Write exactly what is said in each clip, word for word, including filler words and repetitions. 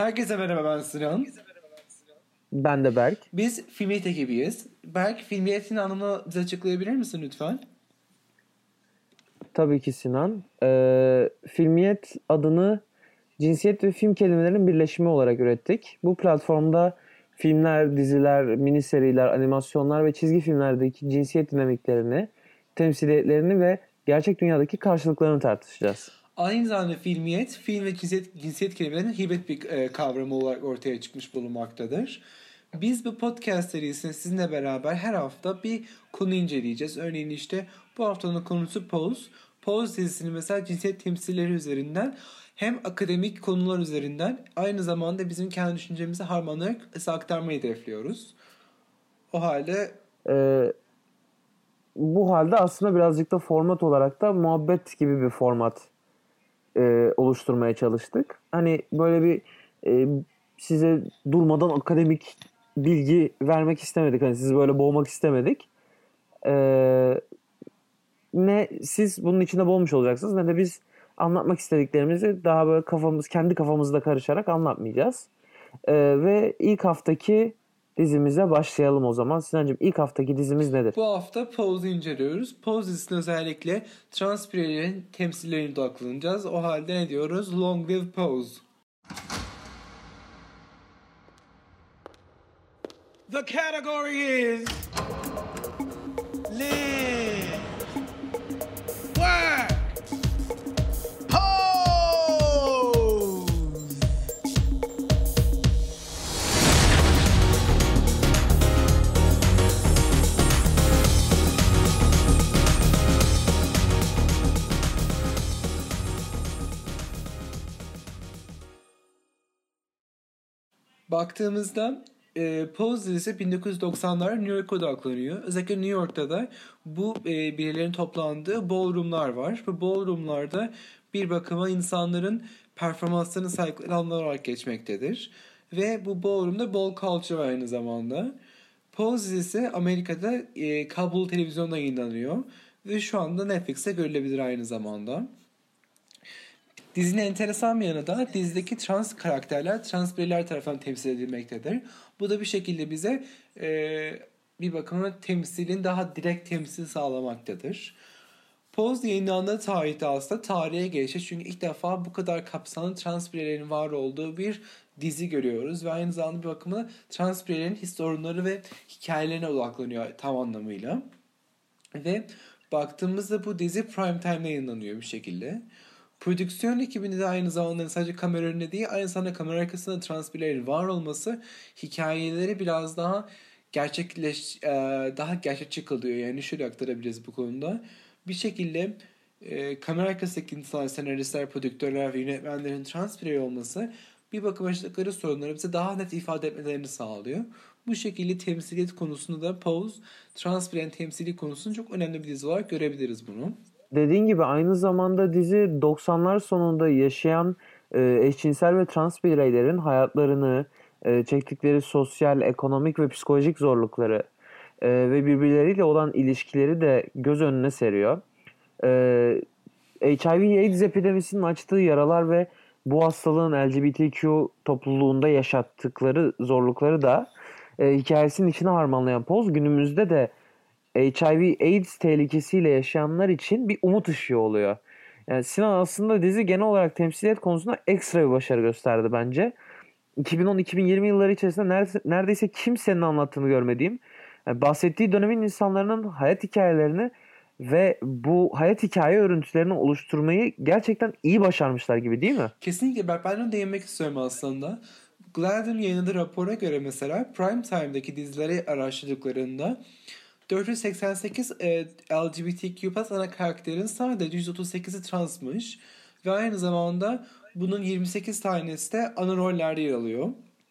Herkese merhaba, ben Sinan. Ben de Berk. Biz Filmiyet ekibiyiz. Berk, Filmiyet'in anlamını bize açıklayabilir misin lütfen? Tabii ki Sinan. Ee, Filmiyet adını cinsiyet ve film kelimelerinin birleşimi olarak ürettik. Bu platformda filmler, diziler, mini seriler, animasyonlar ve çizgi filmlerdeki cinsiyet dinamiklerini, temsiliyetlerini ve gerçek dünyadaki karşılıklarını tartışacağız. Aynı zamanda Filmiyet, film ve cinsiyet, cinsiyet kelimelerinin hibrit bir e, kavramı olarak ortaya çıkmış bulunmaktadır. Biz bu podcast serisinde sizinle beraber her hafta bir konu inceleyeceğiz. Örneğin işte bu haftanın konusu Pose. Pose dizisini mesela cinsiyet temsilleri üzerinden hem akademik konular üzerinden aynı zamanda bizim kendi düşüncemizi harmanlayarak size aktarmayı hedefliyoruz. O halde... Ee, bu halde aslında birazcık da format olarak da muhabbet gibi bir format e, oluşturmaya çalıştık. Hani böyle bir e, size durmadan akademik bilgi vermek istemedik. Hani sizi böyle boğmak istemedik. E, ne siz bunun içinde boğulmuş olacaksınız ne de biz anlatmak istediklerimizi daha böyle kafamız kendi kafamızda karışarak anlatmayacağız. E, ve ilk haftaki dizimize başlayalım o zaman. Sinancığım, ilk haftaki dizimiz nedir? Bu hafta Pose'u inceliyoruz. Pose dizisinde özellikle trans bireylerin temsillerine odaklanacağız. O halde ne diyoruz? Long live Pose. The category is live, work, pose. Baktığımızda e, Pose dizisi bin dokuz yüz doksanlar New York'a odaklanıyor. Özellikle New York'ta da bu e, bireylerin toplandığı ballroomlar var. Bu ballroomlarda bir bakıma insanların performanslarını saydıkları alanlar olarak geçmektedir. Ve bu ballroom'da ball culture var aynı zamanda. Pose dizisi Amerika'da e, kablo televizyonda yayınlanıyor. Ve şu anda Netflix'te görülebilir aynı zamanda. Dizinin enteresan bir yanı da dizideki trans karakterler trans bireyler tarafından temsil edilmektedir. Bu da bir şekilde bize e, bir bakıma temsilin daha direkt temsil sağlamaktadır. Pose yayınlandığı tarihte aslında tarihe geçti. Çünkü ilk defa bu kadar kapsamlı trans bireylerin var olduğu bir dizi görüyoruz. Ve aynı zamanda bir bakıma trans bireylerin his sorunları ve hikayelerine odaklanıyor tam anlamıyla. Ve baktığımızda bu dizi prime time'da yayınlanıyor bir şekilde. Prodüksiyon ekibinde de aynı zamanda sadece kamera önünde değil, aynı zamanda kamera arkasında trans bireylerin var olması hikayeleri biraz daha gerçekleş, e, daha gerçekçi kılıyor. Yani şöyle aktarabiliriz bu konuda. Bir şekilde e, kamera arkasındaki insanlar, senaristler, prodüktörler ve yönetmenlerin trans birey olması bir bakıma yaşadıkları sorunları bize daha net ifade etmelerini sağlıyor. Bu şekilde temsiliyet konusunda da Pose, trans bireyin temsili konusunda çok önemli bir dizi olarak görebiliriz bunu. Dediğin gibi aynı zamanda dizi doksanlar sonunda yaşayan e, eşcinsel ve trans bireylerin hayatlarını, e, çektikleri sosyal, ekonomik ve psikolojik zorlukları e, ve birbirleriyle olan ilişkileri de göz önüne seriyor. E, H I V AIDS epidemisinin açtığı yaralar ve bu hastalığın L G B T Q topluluğunda yaşattıkları zorlukları da e, hikayesinin içine harmanlayan Pose günümüzde de H I V AIDS tehlikesiyle yaşayanlar için bir umut ışığı oluyor. Yani Sinan, aslında dizi genel olarak temsiliyet konusunda ekstra bir başarı gösterdi bence. iki bin on iki bin yirmi yılları içerisinde neredeyse, neredeyse kimsenin anlattığını görmediğim, yani bahsettiği dönemin insanların hayat hikayelerini ve bu hayat hikaye örüntülerini oluşturmayı gerçekten iyi başarmışlar gibi, değil mi? Kesinlikle. Ben, ben de değinmek istiyorum aslında. Gladden yayınladığı rapora göre mesela Prime Time'daki dizileri araştırdıklarında dört yüz seksen sekiz e, L G B T Q plus ana karakterin sadece yüz otuz sekizi transmış ve aynı zamanda bunun yirmi sekiz tanesi de ana rollerde yer alıyor.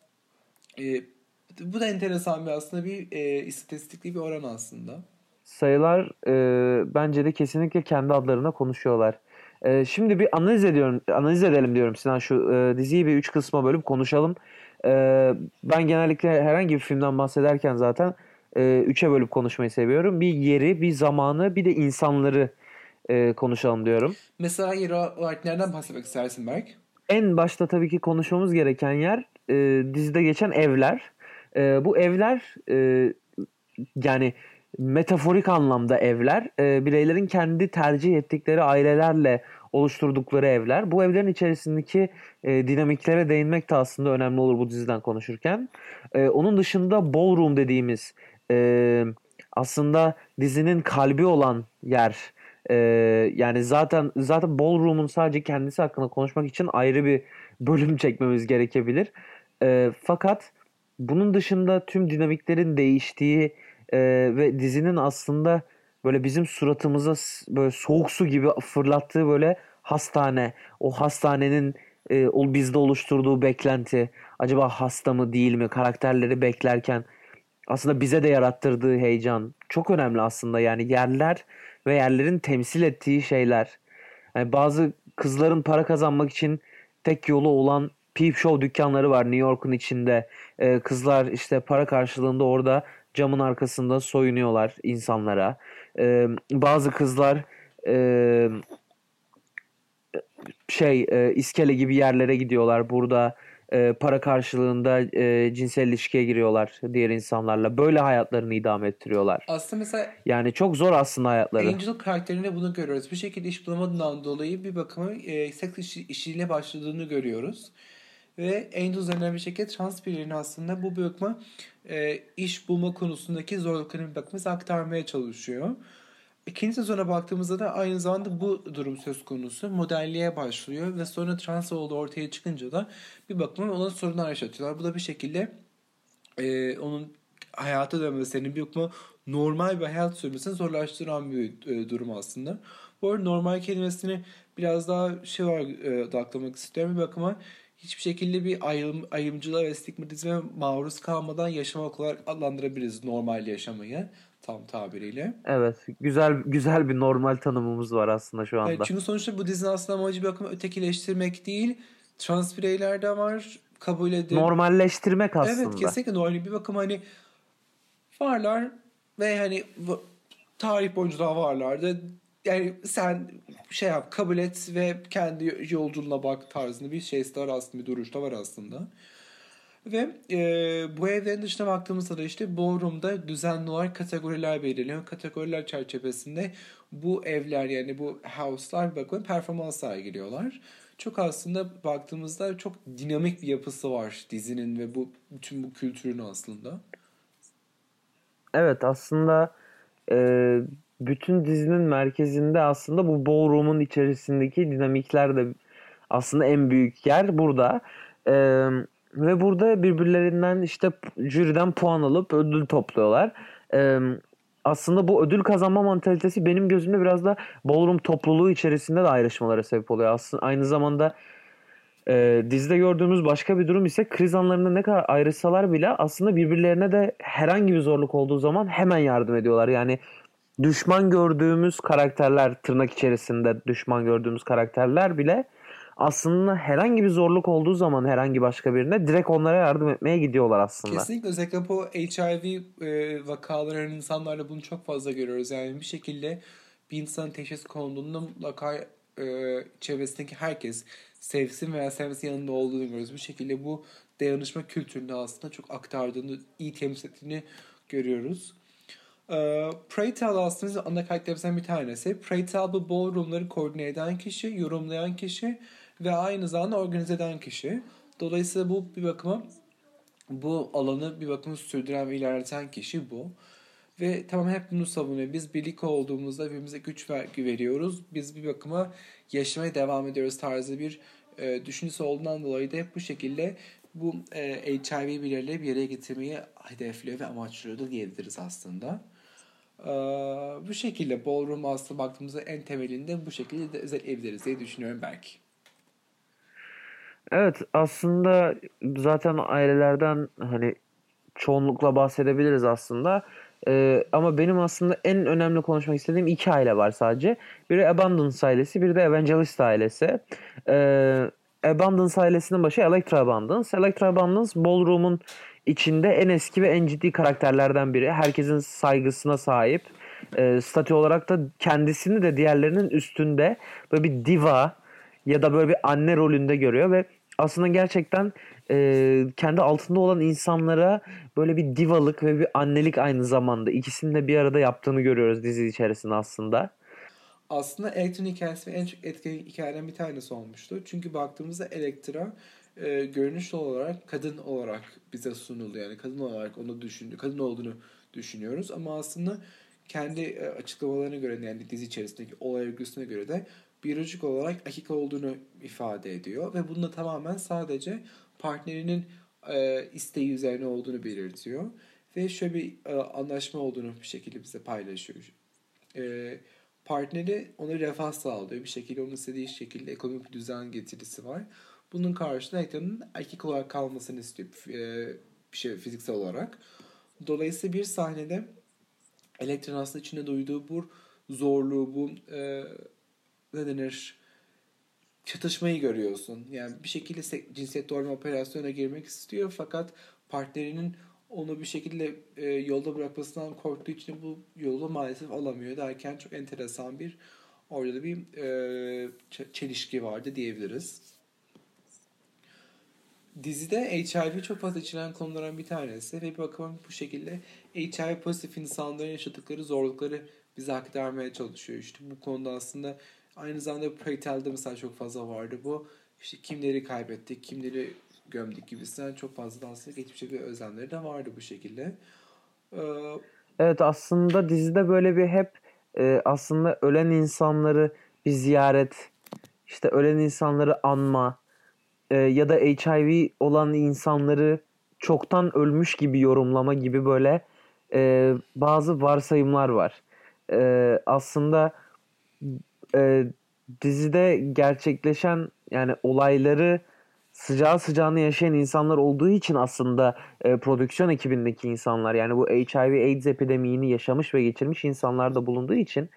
E, bu da enteresan bir aslında bir e, istatistikli bir oran aslında. Sayılar e, bence de kesinlikle kendi adlarına konuşuyorlar. E, şimdi bir analiz ediyorum, analiz edelim diyorum Sinan, şu e, diziyi bir üç kısma bölüp konuşalım. E, ben genellikle herhangi bir filmden bahsederken zaten e, üçe bölüp konuşmayı seviyorum. Bir yeri, bir zamanı, bir de insanları e, konuşalım diyorum. Mesela yeri olarak nereden bahsetmek istersin Berk? en başta tabii ki konuşmamız gereken yer e, dizide geçen evler. E, bu evler e, yani metaforik anlamda evler, e, bireylerin kendi tercih ettikleri ailelerle oluşturdukları evler. Bu evlerin içerisindeki e, dinamiklere değinmek de aslında önemli olur bu diziden konuşurken. E, onun dışında ballroom dediğimiz e, aslında dizinin kalbi olan yer. E, Yani zaten zaten ballroom'un sadece kendisi hakkında konuşmak için ayrı bir bölüm çekmemiz gerekebilir. E, fakat bunun dışında tüm dinamiklerin değiştiği ee, ve dizinin aslında böyle bizim suratımıza s- böyle soğuk su gibi fırlattığı böyle hastane. O hastanenin e, o bizde oluşturduğu beklenti. Acaba hasta mı değil mi? Karakterleri beklerken aslında bize de yarattırdığı heyecan. Çok önemli aslında yani yerler ve yerlerin temsil ettiği şeyler. Yani bazı kızların para kazanmak için tek yolu olan peep show dükkanları var New York'un içinde. Ee, kızlar işte para karşılığında orada camın arkasında soyunuyorlar insanlara. Ee, bazı kızlar e, şey e, iskele gibi yerlere gidiyorlar. Burada e, para karşılığında e, cinsel ilişkiye giriyorlar diğer insanlarla. Böyle hayatlarını idame ettiriyorlar. Aslında mesela Yani çok zor aslında hayatları. Angel karakterinde bunu görüyoruz. Bir şekilde iş bulamadığından dolayı bir bakıma e, seks işi, işiyle başladığını görüyoruz. Ve Angel üzerinden bir şekilde trans bireylerin aslında bu bir bakıma e, iş bulma konusundaki zorluklarını bir bakıma bize aktarmaya çalışıyor. İkinci sezona baktığımızda da aynı zamanda bu durum söz konusu. Modelliğe başlıyor ve sonra trans olduğu ortaya çıkınca da bir bakıma ona sorunlar yaşatıyorlar. Bu da bir şekilde e, onun hayata dönmesinin bir bakıma normal bir hayat sürmesini zorlaştıran bir e, durum aslında. Bu arada normal kelimesini biraz daha şey var e, odaklamak istiyorum. Bir bakıma hiçbir şekilde bir ayrım, ayrımcılığa ve stigmatizme maruz kalmadan yaşamak olarak adlandırabiliriz normal yaşamayı tam tabiriyle. Evet, güzel güzel bir normal tanımımız var aslında şu Evet, anda. çünkü sonuçta bu dizinin aslında amacı bir bakıma ötekileştirmek değil. Trans bireyler de var. Kabul edin. Normalleştirmek Evet, aslında. kesinlikle normal bir bakıma hani varlar ve hani bu, tarih boyunca da varlardı. Yani sen şey yap, kabul et ve kendi yolculuğuna bak tarzında bir şey var aslında, bir duruş da var aslında. Ve e, bu evlerin dışına baktığımızda da işte ballroom'da düzenli olarak kategoriler belirleniyor. Kategoriler çerçevesinde bu evler yani bu house'lar bakın performans sergiliyorlar. Çok aslında baktığımızda çok dinamik bir yapısı var dizinin ve bu bütün bu kültürün aslında. Evet aslında e, bütün dizinin merkezinde aslında bu ballroom'un içerisindeki dinamikler de aslında en büyük yer burada. E, Ve burada birbirlerinden işte jüriden puan alıp ödül topluyorlar. E, Aslında bu ödül kazanma mantalitesi benim gözümde biraz da ballroom topluluğu içerisinde de ayrışmalara sebep oluyor. Aslında aynı zamanda Ee, dizide gördüğümüz başka bir durum ise kriz anlarında ne kadar ayrışsalar bile aslında birbirlerine de herhangi bir zorluk olduğu zaman hemen yardım ediyorlar. Yani düşman gördüğümüz karakterler, tırnak içerisinde düşman gördüğümüz karakterler bile aslında herhangi bir zorluk olduğu zaman herhangi başka birine direkt onlara yardım etmeye gidiyorlar aslında. Kesinlikle özellikle bu H I V e, vakalarının insanlarla bunu çok fazla görüyoruz. Yani bir şekilde bir insanın teşhis konulduğunda mutlaka e, çevresindeki herkes sevsin veya sevmesin yanında olduğunu görüyoruz. Bir şekilde bu dayanışma kültürünü aslında çok aktardığını, iyi temsil ettiğini görüyoruz. E, Pray Tell aslında ana karakterimizden bir tanesi. Pray Tell bu ballroomları koordine eden kişi, yorumlayan kişi ve aynı zamanda organize eden kişi. Dolayısıyla bu bir bakıma bu alanı bir bakıma sürdüren ve ilerleten kişi bu. Ve tamam hep bunu savunuyor. Biz birlik olduğumuzda birbirimize güç ver veriyoruz. Biz bir bakıma yaşamaya devam ediyoruz tarzı bir e, düşüncesi olduğundan dolayı da hep bu şekilde bu e, H I V bireyleri bir yere getirmeyi hedefliyor ve amaçlıyor da diyebiliriz aslında. E, Bu şekilde ballroom aslında baktığımızda en temelinde bu şekilde de özetleyebiliriz diye düşünüyorum belki. Evet aslında zaten ailelerden hani çoğunlukla bahsedebiliriz aslında. Ee, ama benim aslında en önemli konuşmak istediğim iki aile var sadece. Biri Abundance ailesi, biri de Evangelist ailesi. Ee, Abundance ailesinin başı Elektra Abundance. Elektra Abundance Ballroom'un içinde en eski ve en ciddi karakterlerden biri. Herkesin saygısına sahip. Ee, statü olarak da kendisini de diğerlerinin üstünde. Böyle bir diva ya da böyle bir anne rolünde görüyor ve aslında gerçekten e, kendi altında olan insanlara böyle bir divalık ve bir annelik aynı zamanda ikisini de bir arada yaptığını görüyoruz dizi içerisinde aslında. Aslında Elektra'nın hikayesi en çok etkili hikayeden bir tanesi olmuştu. Çünkü baktığımızda Elektra e, görünüş olarak kadın olarak bize sunuldu. Yani kadın olarak onu düşündü, kadın olduğunu düşünüyoruz. Ama aslında kendi e, açıklamalarına göre, yani dizi içerisindeki olay örgüsüne göre de biyolojik olarak erkek olduğunu ifade ediyor. Ve bunda tamamen sadece partnerinin e, isteği üzerine olduğunu belirtiyor. Ve şöyle bir e, anlaşma olduğunu bir şekilde bize paylaşıyor. E, Partneri ona refah sağlıyor. Bir şekilde onun istediği şekilde ekonomik bir düzen getirisi var. Bunun karşılığında Elektra'nın erkek olarak kalmasını istiyor. E, bir şey fiziksel olarak. Dolayısıyla bir sahnede Elektra'nın aslında içinde duyduğu bu zorluğu, bu e, ne denir, çatışmayı görüyorsun. Yani bir şekilde cinsiyet doğrulama operasyona girmek istiyor fakat partnerinin onu bir şekilde e, yolda bırakmasından korktuğu için bu yolu maalesef alamıyor derken çok enteresan bir orada da bir e, çelişki vardı diyebiliriz. Dizide H I V çok fazla içeren konulardan bir tanesi ve bir bakıma bu şekilde H I V pozitif insanların yaşadıkları zorlukları bize aktarmaya çalışıyor. İşte bu konuda aslında aynı zamanda Preytel'de mesela çok fazla vardı bu. İşte kimleri kaybettik, kimleri gömdük gibisinden çok fazla da aslında geçmişe bir özlemleri de vardı bu şekilde. Ee, Evet, aslında dizide böyle bir hep e, aslında ölen insanları bir ziyaret, işte ölen insanları anma, e, ya da H I V olan insanları çoktan ölmüş gibi yorumlama gibi böyle e, bazı varsayımlar var. E, aslında e, dizide gerçekleşen yani olayları sıcağı sıcağına yaşayan insanlar olduğu için aslında e, prodüksiyon ekibindeki insanlar yani bu H I V AIDS epidemiyini yaşamış ve geçirmiş insanlar da bulunduğu için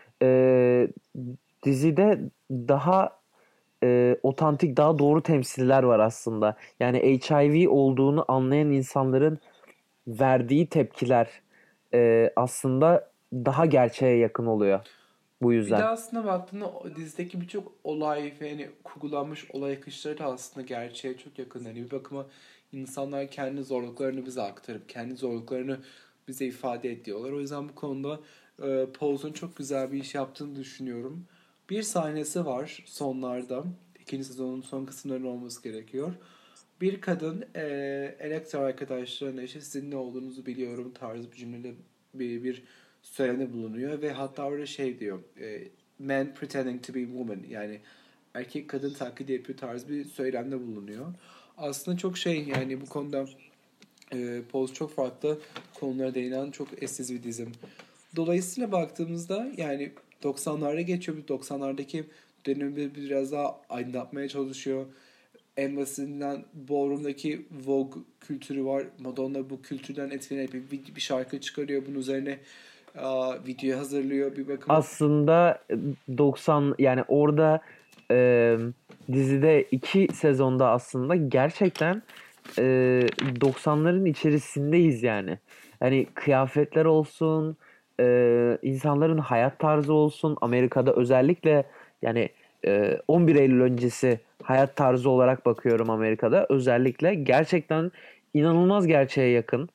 e, dizide daha e, otantik, daha doğru temsiller var aslında. Yani H I V olduğunu anlayan insanların verdiği tepkiler e, aslında daha gerçeğe yakın oluyor bu Bir de yüzden. aslında baktığında o dizideki birçok olay ve hani kurgulanmış olay akışları da aslında gerçeğe çok yakın. Hani bir bakıma insanlar kendi zorluklarını bize aktarıp kendi zorluklarını bize ifade ediyorlar. O yüzden bu konuda e, Paul'un çok güzel bir iş yaptığını düşünüyorum. Bir sahnesi var sonlarda. İkinci sezonun son kısımlarının olması gerekiyor. Bir kadın e, Elektra arkadaşlarına işte sizin ne olduğunuzu biliyorum tarzı bir cümlede bir, bir söylemde bulunuyor ve hatta orada şey diyor e, man pretending to be woman, yani erkek kadın taklidi yapıyor tarzı bir söylemde bulunuyor. Aslında çok şey, yani bu konuda e, Pose çok farklı konulara değinen çok eşsiz bir dizim. Dolayısıyla baktığımızda yani doksanlarda geçiyor. Bu doksanlardaki dönemi biraz daha aydınlatmaya çalışıyor. En basitinden Ballroom'daki Vogue kültürü var. Madonna bu kültürden etkilenip bir, bir şarkı çıkarıyor. Bunun üzerine aa, video hazırlıyor bir bakıma. Aslında doksan yani orada e, dizide iki sezonda aslında gerçekten e, doksanların içerisindeyiz yani. Hani kıyafetler olsun, e, insanların hayat tarzı olsun, Amerika'da özellikle yani e, on bir Eylül öncesi hayat tarzı olarak bakıyorum Amerika'da özellikle gerçekten inanılmaz gerçeğe yakın.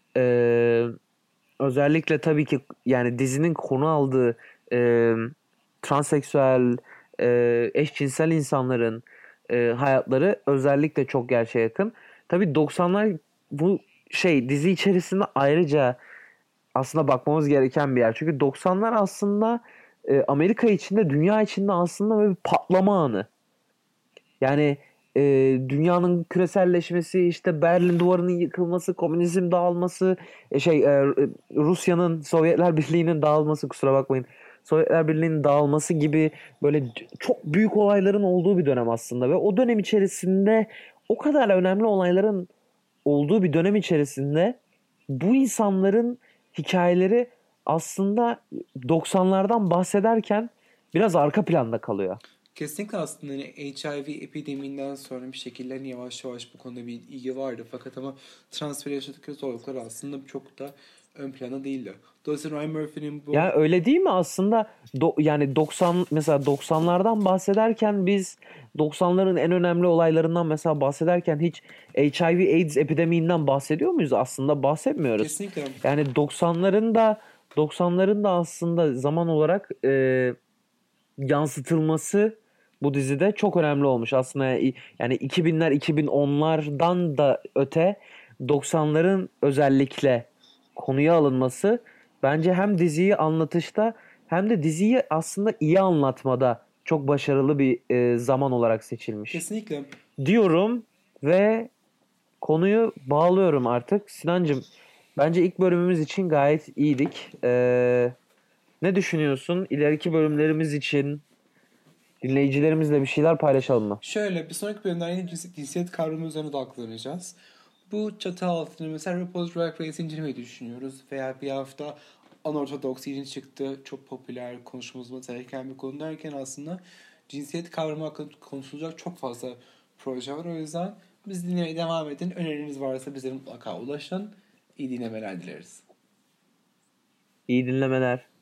E, Özellikle tabii ki yani dizinin konu aldığı e, transseksüel, e, eşcinsel insanların e, hayatları özellikle çok gerçeğe yakın. Tabii doksanlar bu şey dizi içerisinde ayrıca aslında bakmamız gereken bir yer. Çünkü doksanlar aslında e, Amerika içinde, dünya içinde aslında böyle bir patlama anı. Yani e, dünyanın küreselleşmesi, işte Berlin Duvarı'nın yıkılması, komünizm dağılması, e, şey e, Rusya'nın, Sovyetler Birliği'nin dağılması, kusura bakmayın. Sovyetler Birliği'nin dağılması gibi böyle çok büyük olayların olduğu bir dönem aslında ve o dönem içerisinde o kadar önemli olayların olduğu bir dönem içerisinde bu insanların hikayeleri aslında doksanlardan bahsederken biraz arka planda kalıyor. Kesinlikle aslında hani H I V epideminden sonra bir şekilde hani yavaş yavaş bu konuda bir ilgi vardı. Fakat ama transfer yaşadıkları zorluklar aslında çok da ön plana değildi. Dolayısıyla Ryan Murphy'nin bu... Ya öyle değil mi aslında? Do- yani doksan mesela doksanlardan bahsederken biz doksanların en önemli olaylarından mesela bahsederken hiç H I V AIDS epidemiğinden bahsediyor muyuz? Aslında bahsetmiyoruz. Kesinlikle. Yani doksanların da doksanların da aslında zaman olarak e, yansıtılması bu dizide çok önemli olmuş. Aslında yani iki binler iki bin onlardan da öte doksanların özellikle konuya alınması bence hem diziyi anlatışta hem de diziyi aslında iyi anlatmada çok başarılı bir e, zaman olarak seçilmiş. Kesinlikle. Diyorum ve konuyu bağlıyorum artık. Sinancım, bence ilk bölümümüz için gayet iyiydik. Ee, ne düşünüyorsun? İleriki bölümlerimiz için dinleyicilerimizle bir şeyler paylaşalım mı? Şöyle bir sonraki bölümlerde yine cins- cinsiyet kavramı üzerine odaklanacağız. Bu çatı altında mesela RuPaul's Drag Race incelemeyi düşünüyoruz. Veya bir hafta Unorthodox yeni çıktı. Çok popüler, konuşmamız gereken bir konu derken aslında cinsiyet kavramı hakkında konuşulacak çok fazla proje var. O yüzden biz dinlemeye devam edin. Öneriniz varsa bize mutlaka ulaşın. İyi dinlemeler dileriz. İyi dinlemeler.